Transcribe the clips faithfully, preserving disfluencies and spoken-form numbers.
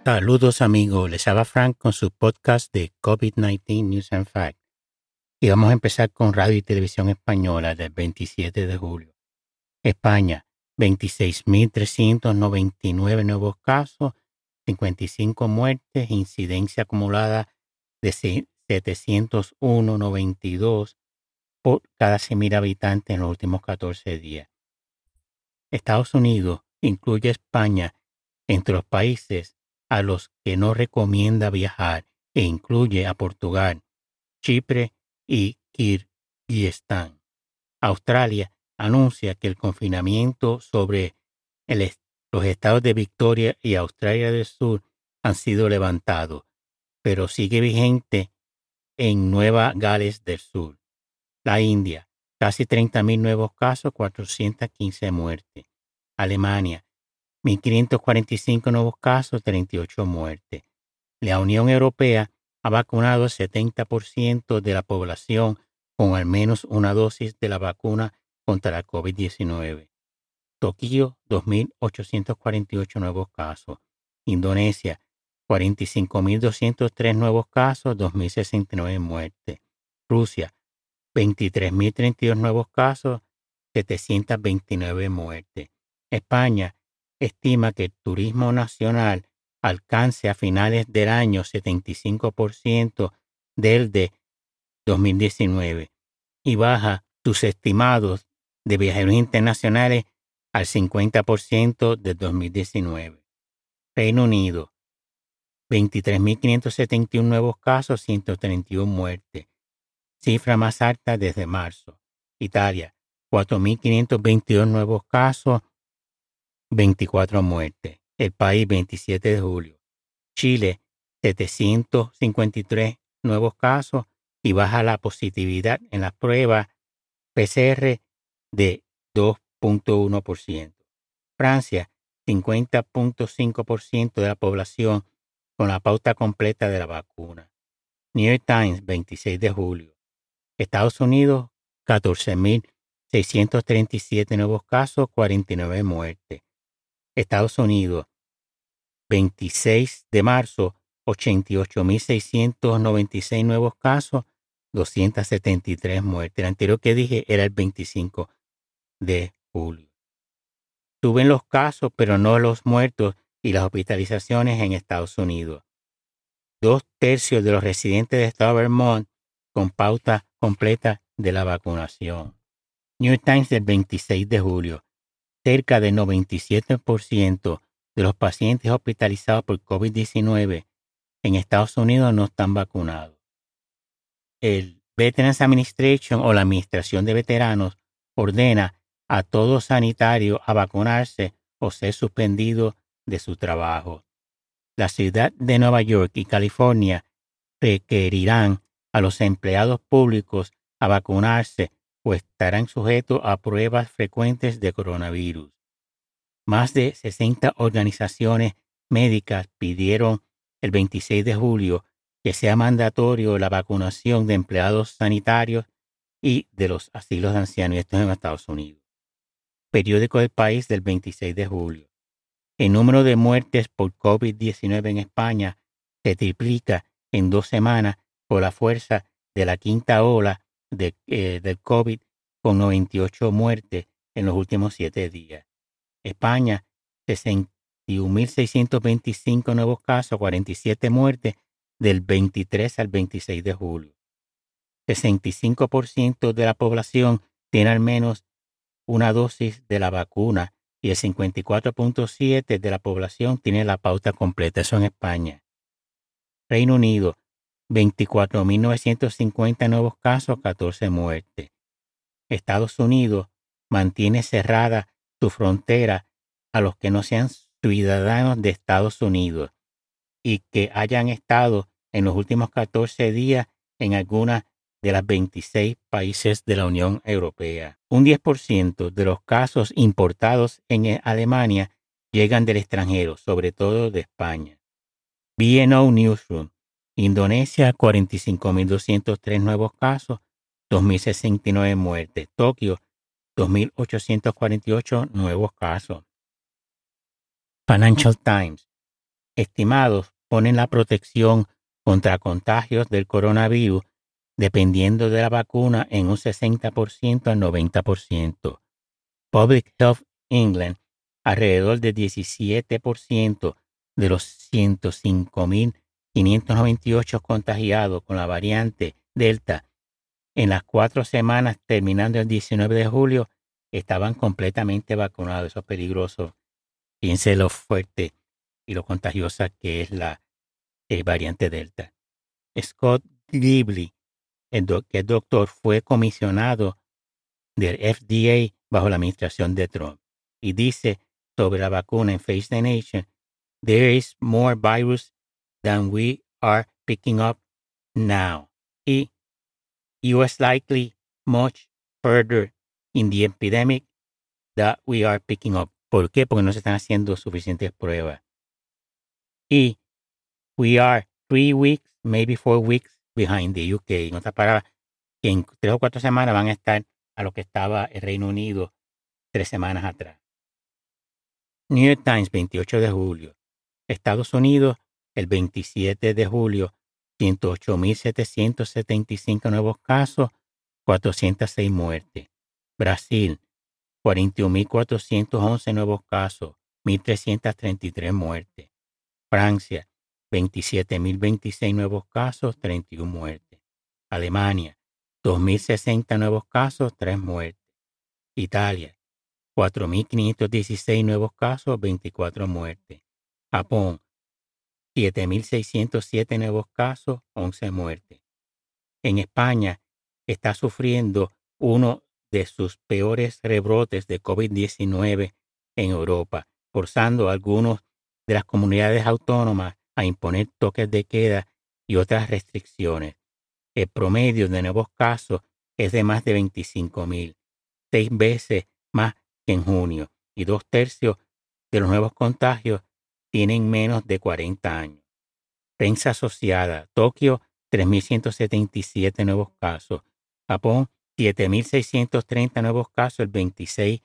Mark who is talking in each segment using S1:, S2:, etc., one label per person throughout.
S1: Saludos amigos, les habla Frank con su podcast de COVID diecinueve News and Facts. Y vamos a empezar con Radio y Televisión Española del veintisiete de julio. España, veintiséis mil trescientos noventa y nueve nuevos casos, cincuenta y cinco muertes, incidencia acumulada de setecientos uno punto noventa y dos por cada cien mil habitantes en los últimos catorce días. Estados Unidos incluye a España entre los países a los que no recomienda viajar e incluye a Portugal, Chipre y Kirguistán. Australia anuncia que el confinamiento sobre el est- los estados de Victoria y Australia del Sur han sido levantados, pero sigue vigente en Nueva Gales del Sur. La India, casi treinta mil nuevos casos, cuatrocientas quince muertes. Alemania, mil quinientos cuarenta y cinco nuevos casos, treinta y ocho muertes. La Unión Europea ha vacunado el setenta por ciento de la población con al menos una dosis de la vacuna contra la COVID diecinueve. Tokio, dos mil ochocientos cuarenta y ocho nuevos casos. Indonesia, cuarenta y cinco mil doscientos tres nuevos casos, dos mil sesenta y nueve muertes. Rusia, veintitrés mil treinta y dos nuevos casos, setecientas veintinueve muertes. España estima que el turismo nacional alcance a finales del año setenta y cinco por ciento del de dos mil diecinueve y baja sus estimados de viajeros internacionales al cincuenta por ciento del dos mil diecinueve. Reino Unido, veintitrés mil quinientos setenta y uno nuevos casos, ciento treinta y uno muertes, cifra más alta desde marzo. Italia, cuatro mil quinientos veintidós nuevos casos, veinticuatro muertes. El país, veintisiete de julio. Chile, setecientos cincuenta y tres nuevos casos y baja la positividad en las pruebas P C R de dos punto uno por ciento. Francia, cincuenta punto cinco por ciento de la población con la pauta completa de la vacuna. New York Times, veintiséis de julio. Estados Unidos, catorce mil seiscientos treinta y siete nuevos casos, cuarenta y nueve muertes. Estados Unidos, veintiséis de marzo, ochenta y ocho mil seiscientos noventa y seis nuevos casos, doscientas setenta y tres muertes. El anterior que dije era el veinticinco de julio. Suben los casos, pero no los muertos y las hospitalizaciones en Estados Unidos. Dos tercios de los residentes de estado de Vermont con pauta completa de la vacunación. New York Times del veintiséis de julio. Cerca del noventa y siete por ciento de los pacientes hospitalizados por COVID diecinueve en Estados Unidos no están vacunados. El Veterans Administration o la Administración de Veteranos ordena a todo sanitario a vacunarse o ser suspendido de su trabajo. La ciudad de Nueva York y California requerirán a los empleados públicos a vacunarse o estarán sujetos a pruebas frecuentes de coronavirus. Más de sesenta organizaciones médicas pidieron el veintiséis de julio que sea mandatorio la vacunación de empleados sanitarios y de los asilos de ancianos, y esto es en Estados Unidos. Periódico del País del veintiséis de julio. El número de muertes por COVID diecinueve en España se triplica en dos semanas por la fuerza de la quinta ola de, eh, del COVID, con noventa y ocho muertes en los últimos siete días. España, sesenta y un mil seiscientos veinticinco nuevos casos, cuarenta y siete muertes del veintitrés al veintiséis de julio. sesenta y cinco por ciento de la población tiene al menos una dosis de la vacuna y el cincuenta y cuatro punto siete por ciento de la población tiene la pauta completa. Eso en España. Reino Unido, veinticuatro mil novecientos cincuenta nuevos casos, catorce muertes. Estados Unidos mantiene cerrada su frontera a los que no sean ciudadanos de Estados Unidos y que hayan estado en los últimos catorce días en alguna de las veintiséis países de la Unión Europea. Un diez por ciento de los casos importados en Alemania llegan del extranjero, sobre todo de España. B N O Newsroom. Indonesia, cuarenta y cinco mil doscientos tres nuevos casos, dos mil sesenta y nueve muertes. Tokio, dos mil ochocientos cuarenta y ocho nuevos casos. Financial Times. estimados ponen la protección contra contagios del coronavirus dependiendo de la vacuna en un sesenta por ciento al noventa por ciento. Public Health England, alrededor del diecisiete por ciento de los ciento cinco mil quinientos noventa y ocho contagiados con la variante Delta en las cuatro semanas terminando el diecinueve de julio estaban completamente vacunados. Eso es peligroso. Piense lo fuerte y lo contagiosa que es la eh, variante Delta. Scott Ghibli, el do- que es doctor, fue comisionado del F D A bajo la administración de Trump y dice sobre la vacuna en Face the Nation, there is more virus than we are picking up now. Y U S likely much further in the epidemic that we are picking up. ¿Por qué? Porque no se están haciendo suficientes pruebas. Y we are three weeks, maybe four weeks behind the U K. En otras palabras, que en tres o cuatro semanas van a estar a lo que estaba el Reino Unido tres semanas atrás. New York Times, veintiocho de julio. Estados Unidos, el veintisiete de julio, ciento ocho mil setecientos setenta y cinco nuevos casos, cuatrocientas seis muertes. Brasil, cuarenta y un mil cuatrocientos once nuevos casos, mil trescientas treinta y tres muertes. Francia, veintisiete mil veintiséis nuevos casos, treinta y una muertes. Alemania, dos mil sesenta nuevos casos, tres muertes. Italia, cuatro mil quinientos dieciséis nuevos casos, veinticuatro muertes. Japón, siete mil seiscientos siete nuevos casos, once muertes. En España está sufriendo uno de sus peores rebrotes de COVID diecinueve en Europa, forzando a algunas de las comunidades autónomas a imponer toques de queda y otras restricciones. El promedio de nuevos casos es de más de veinticinco mil, seis veces más que en junio, y dos tercios de los nuevos contagios tienen menos de cuarenta años. Prensa asociada, Tokio, tres mil ciento setenta y siete nuevos casos. Japón, siete mil seiscientos treinta nuevos casos el veintiséis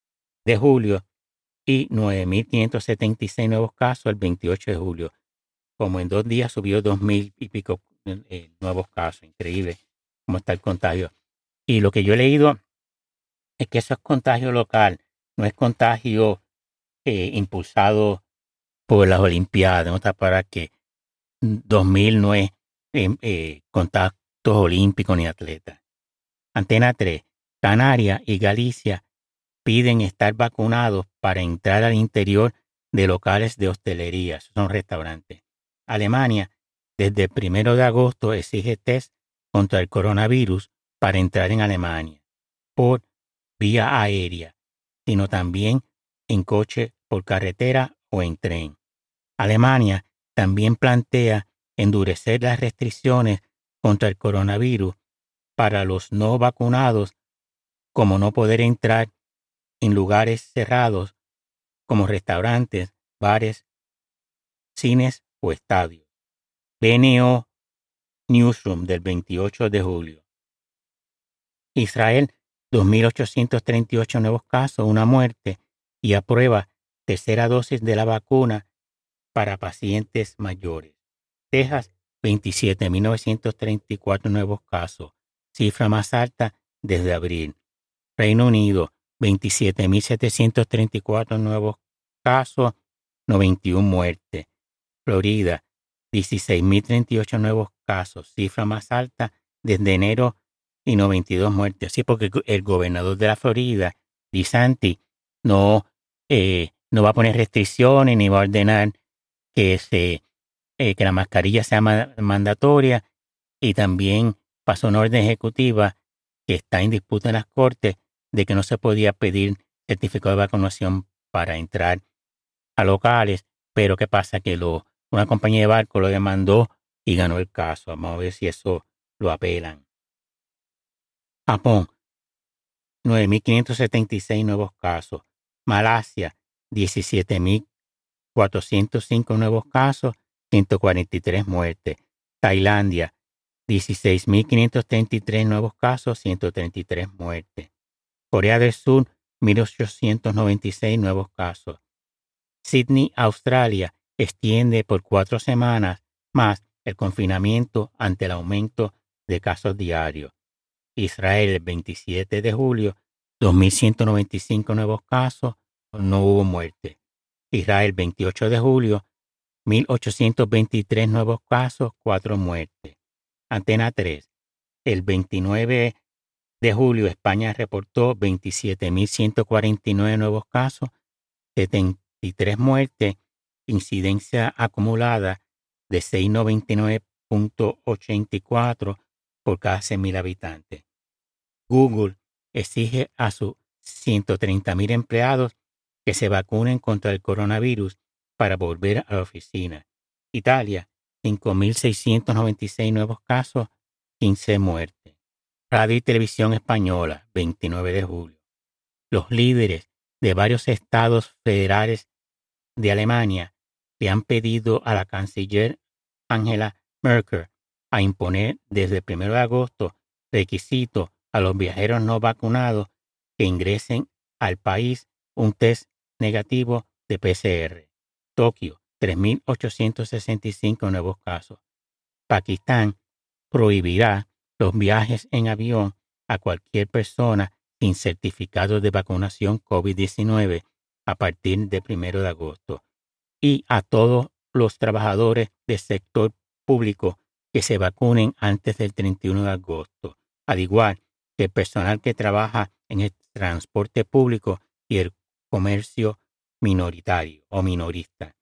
S1: de julio y nueve mil quinientos setenta y seis nuevos casos el veintiocho de julio. Como en dos días subió dos mil y pico eh, nuevos casos. Increíble cómo está el contagio. Y lo que yo he leído es que eso es contagio local, no es contagio eh, impulsado por las Olimpiadas. ¿No? Está para que dos mil no es eh, eh, contactos olímpicos ni atletas. Antena tres. Canarias y Galicia piden estar vacunados para entrar al interior de locales de hostelería. Esos son restaurantes. Alemania, desde el primero de agosto, exige test contra el coronavirus para entrar en Alemania por vía aérea, sino también en coche por carretera o en tren. Alemania también plantea endurecer las restricciones contra el coronavirus para los no vacunados, como no poder entrar en lugares cerrados como restaurantes, bares, cines o estadios. B N O Newsroom del veintiocho de julio. Israel, dos mil ochocientos treinta y ocho nuevos casos, una muerte, y aprueba tercera dosis de la vacuna para pacientes mayores. Texas, veintisiete mil novecientos treinta y cuatro nuevos casos, cifra más alta desde abril. Reino Unido, veintisiete mil setecientos treinta y cuatro nuevos casos, noventa y una muertes. Florida, dieciséis mil treinta y ocho nuevos casos, cifra más alta desde enero y noventa y dos muertes. Así porque el gobernador de la Florida, DeSantis, no, eh, no va a poner restricciones ni va a ordenar que, se, eh, que la mascarilla sea ma- mandatoria, y también pasó una orden ejecutiva que está en disputa en las cortes de que no se podía pedir certificado de vacunación para entrar a locales, pero ¿qué pasa? Que lo, una compañía de barco lo demandó y ganó el caso. Vamos a ver si eso lo apelan. Japón, nueve mil quinientos setenta y seis nuevos casos. Malasia, diecisiete mil cuatrocientos cinco nuevos casos, ciento cuarenta y tres muertes. Tailandia, dieciséis mil quinientos treinta y tres nuevos casos, ciento treinta y tres muertes. Corea del Sur, mil ochocientos noventa y seis nuevos casos. Sydney, Australia, extiende por cuatro semanas más el confinamiento ante el aumento de casos diarios. Israel, el veintisiete de julio, dos mil ciento noventa y cinco nuevos casos, no hubo muerte. Israel, veintiocho de julio, mil ochocientos veintitrés nuevos casos, cuatro muertes. Antena tres, el veintinueve de julio, España reportó veintisiete mil ciento cuarenta y nueve nuevos casos, setenta y tres muertes, incidencia acumulada de seiscientos noventa y nueve punto ochenta y cuatro por cada cien mil habitantes. Google exige a sus ciento treinta mil empleados que se vacunen contra el coronavirus para volver a la oficina. Italia, cinco mil seiscientos noventa y seis nuevos casos, quince muertes. Radio y Televisión Española, veintinueve de julio. Los líderes de varios estados federales de Alemania le han pedido a la canciller Angela Merkel a imponer desde el primero de agosto requisitos a los viajeros no vacunados que ingresen al país un test negativo de P C R. Tokio, tres mil ochocientos sesenta y cinco nuevos casos. Pakistán prohibirá los viajes en avión a cualquier persona sin certificado de vacunación COVID diecinueve a partir del primero de agosto y a todos los trabajadores del sector público que se vacunen antes del treinta y uno de agosto, al igual que el personal que trabaja en el transporte público y el comercio minoritario o minorista.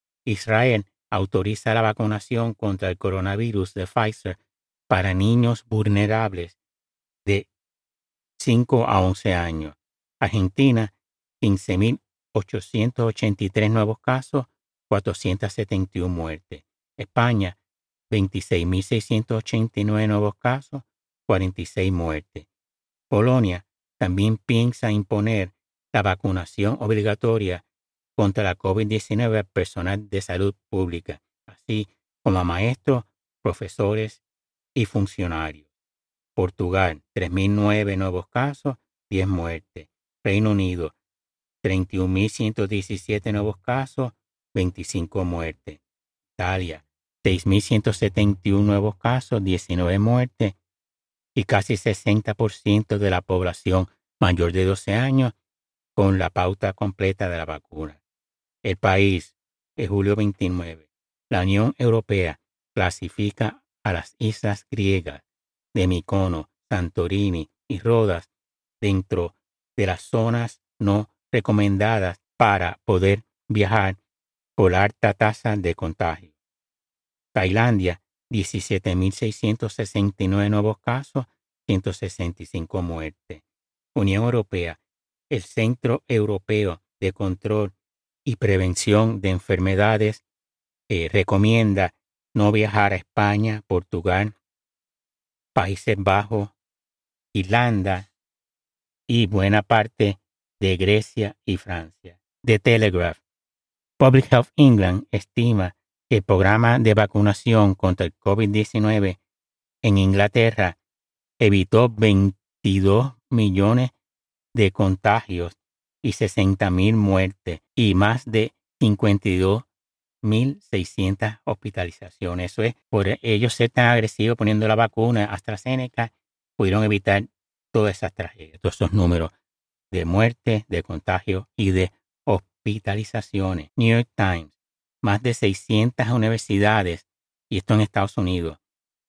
S1: Israel autoriza la vacunación contra el coronavirus de Pfizer para niños vulnerables de cinco a once años. Argentina, quince mil ochocientos ochenta y tres nuevos casos, cuatrocientos setenta y uno muertes. España, veintiséis mil seiscientos ochenta y nueve nuevos casos, cuarenta y seis muertes. Polonia también piensa imponer la vacunación obligatoria contra la COVID diecinueve al personal de salud pública, así como a maestros, profesores y funcionarios. Portugal, tres mil nueve nuevos casos, diez muertes. Reino Unido, treinta y un mil ciento diecisiete nuevos casos, veinticinco muertes. Italia, seis mil ciento setenta y uno nuevos casos, diecinueve muertes y casi sesenta por ciento de la población mayor de doce años con la pauta completa de la vacuna. El país, en julio veintinueve, la Unión Europea clasifica a las islas griegas de Mykonos, Santorini y Rodas dentro de las zonas no recomendadas para poder viajar por alta tasa de contagio. Tailandia, diecisiete mil seiscientos sesenta y nueve nuevos casos, ciento sesenta y cinco muertes. Unión Europea, el Centro Europeo de Control y Prevención de Enfermedades eh, recomienda no viajar a España, Portugal, Países Bajos, Irlanda y buena parte de Grecia y Francia. The Telegraph. Public Health England estima que el programa de vacunación contra el COVID diecinueve en Inglaterra evitó veintidós millones de contagios y sesenta mil muertes y más de cincuenta y dos mil seiscientas hospitalizaciones. Eso es, por ellos ser tan agresivos poniendo la vacuna AstraZeneca, pudieron evitar todas esas tragedias, todos esos números de muerte, de contagio y de hospitalizaciones. New York Times, más de seiscientas universidades, y esto en Estados Unidos,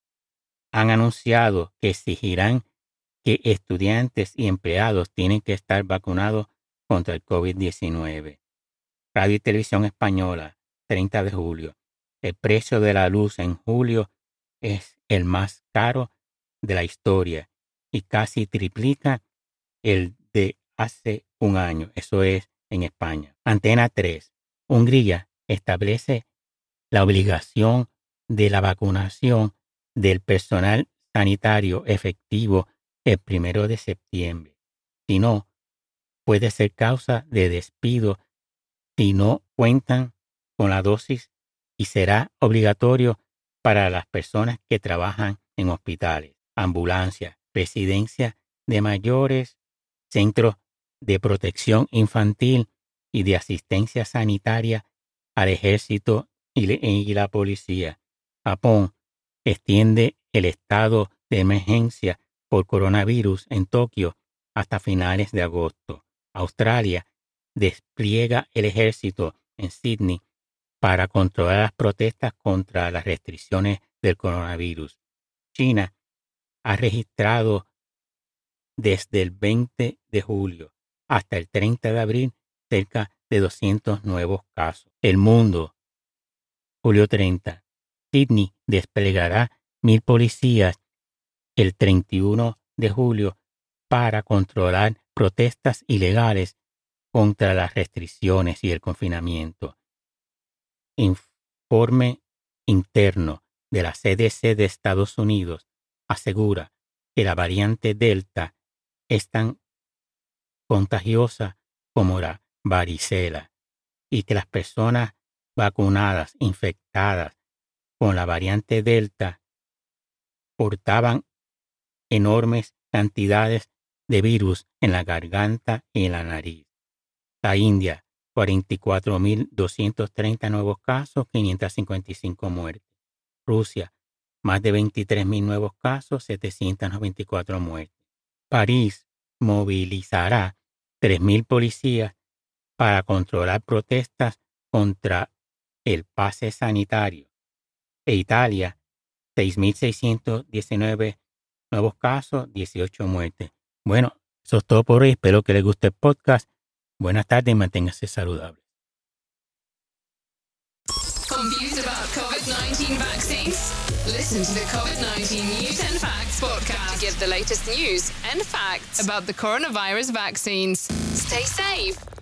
S1: han anunciado que exigirán que estudiantes y empleados tienen que estar vacunados contra el COVID diecinueve. Radio y Televisión Española, treinta de julio. El precio de la luz en julio es el más caro de la historia y casi triplica el de hace un año. Eso es en España. Antena tres. Hungría establece la obligación de la vacunación del personal sanitario efectivo el primero de septiembre. Si no, puede ser causa de despido si no cuentan con la dosis y será obligatorio para las personas que trabajan en hospitales, ambulancias, residencias de mayores, centros de protección infantil y de asistencia sanitaria al ejército y, le, y la policía. Japón extiende el estado de emergencia por coronavirus en Tokio hasta finales de agosto. Australia despliega el ejército en Sydney para controlar las protestas contra las restricciones del coronavirus. China ha registrado desde el veinte de julio hasta el treinta de abril cerca de doscientos nuevos casos. El mundo, julio treinta. Sydney desplegará mil policías el treinta y uno de julio para controlar protestas ilegales contra las restricciones y el confinamiento. Informe interno de la C D C de Estados Unidos asegura que la variante Delta es tan contagiosa como la varicela y que las personas vacunadas infectadas con la variante Delta portaban enormes cantidades de virus en la garganta y en la nariz. La India, cuarenta y cuatro mil doscientos treinta nuevos casos, quinientas cincuenta y cinco muertes. Rusia, más de veintitrés mil nuevos casos, setecientas noventa y cuatro muertes. París movilizará tres mil policías para controlar protestas contra el pase sanitario. E Italia, seis mil seiscientos diecinueve nuevos casos, dieciocho muertes. Bueno, eso es todo por hoy. Espero que les guste el podcast. Buenas tardes y manténganse saludables.
S2: Confused about COVID nineteen vaccines? Listen to the COVID nineteen News and Facts podcast to get the latest news and facts about the coronavirus vaccines. Stay safe.